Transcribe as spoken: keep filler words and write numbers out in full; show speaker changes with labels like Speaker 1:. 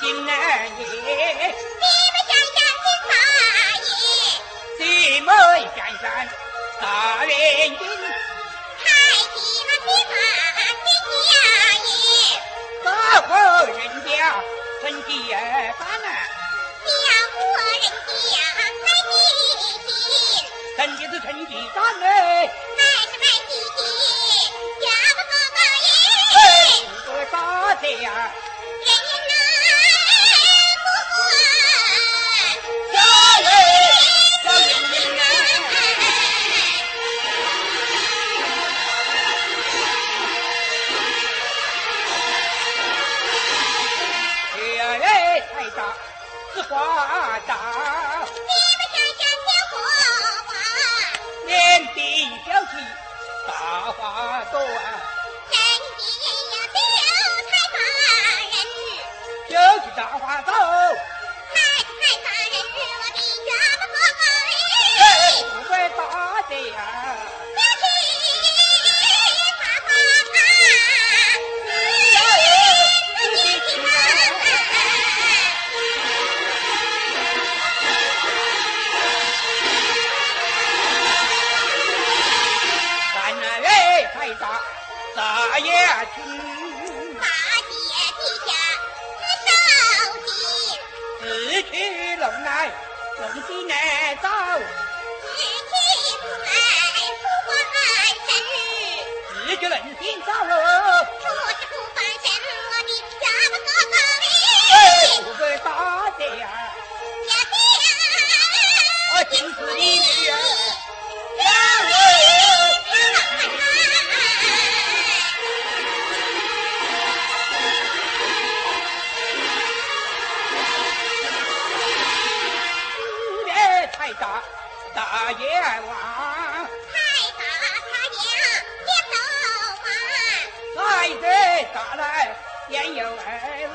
Speaker 1: 今儿夜，
Speaker 2: 你们山上的大爷，
Speaker 1: 姊妹山上大元军，
Speaker 2: 抬起那铁马的家业，
Speaker 1: 大伙人家趁机而返啊，
Speaker 2: 小伙人家来提亲，
Speaker 1: 趁机是趁机赶哎，
Speaker 2: 买是买喜喜，家不做大
Speaker 1: 哎
Speaker 2: 爷，，
Speaker 1: 不过大的呀，
Speaker 2: 人人来不管，
Speaker 1: 小嘞小人人啊，这嘞太大是花大，
Speaker 2: 你们山上的火花，
Speaker 1: 年比小气大花多啊，
Speaker 2: 真的呀丢财大人。
Speaker 1: 就去大花走，
Speaker 2: 太太大人，我的家不做
Speaker 1: 哎，
Speaker 2: 哎，
Speaker 1: 不会大的呀，
Speaker 2: 小气啪啪啪，自己听
Speaker 1: 咱那嘞太大，大爷听，
Speaker 2: 大姐地下是手心，
Speaker 1: 自去龙来龙西来走，
Speaker 2: 自去不来不还身，
Speaker 1: 自去人心走，
Speaker 2: 说是不翻身，我的家不做
Speaker 1: 哎，
Speaker 2: 哎，
Speaker 1: 不会大的呀，
Speaker 2: 呀爹，
Speaker 1: 我心思的女儿，
Speaker 2: 两
Speaker 1: 事业太大，大爷王，
Speaker 2: 太大他娘两手
Speaker 1: 再者大来焉有二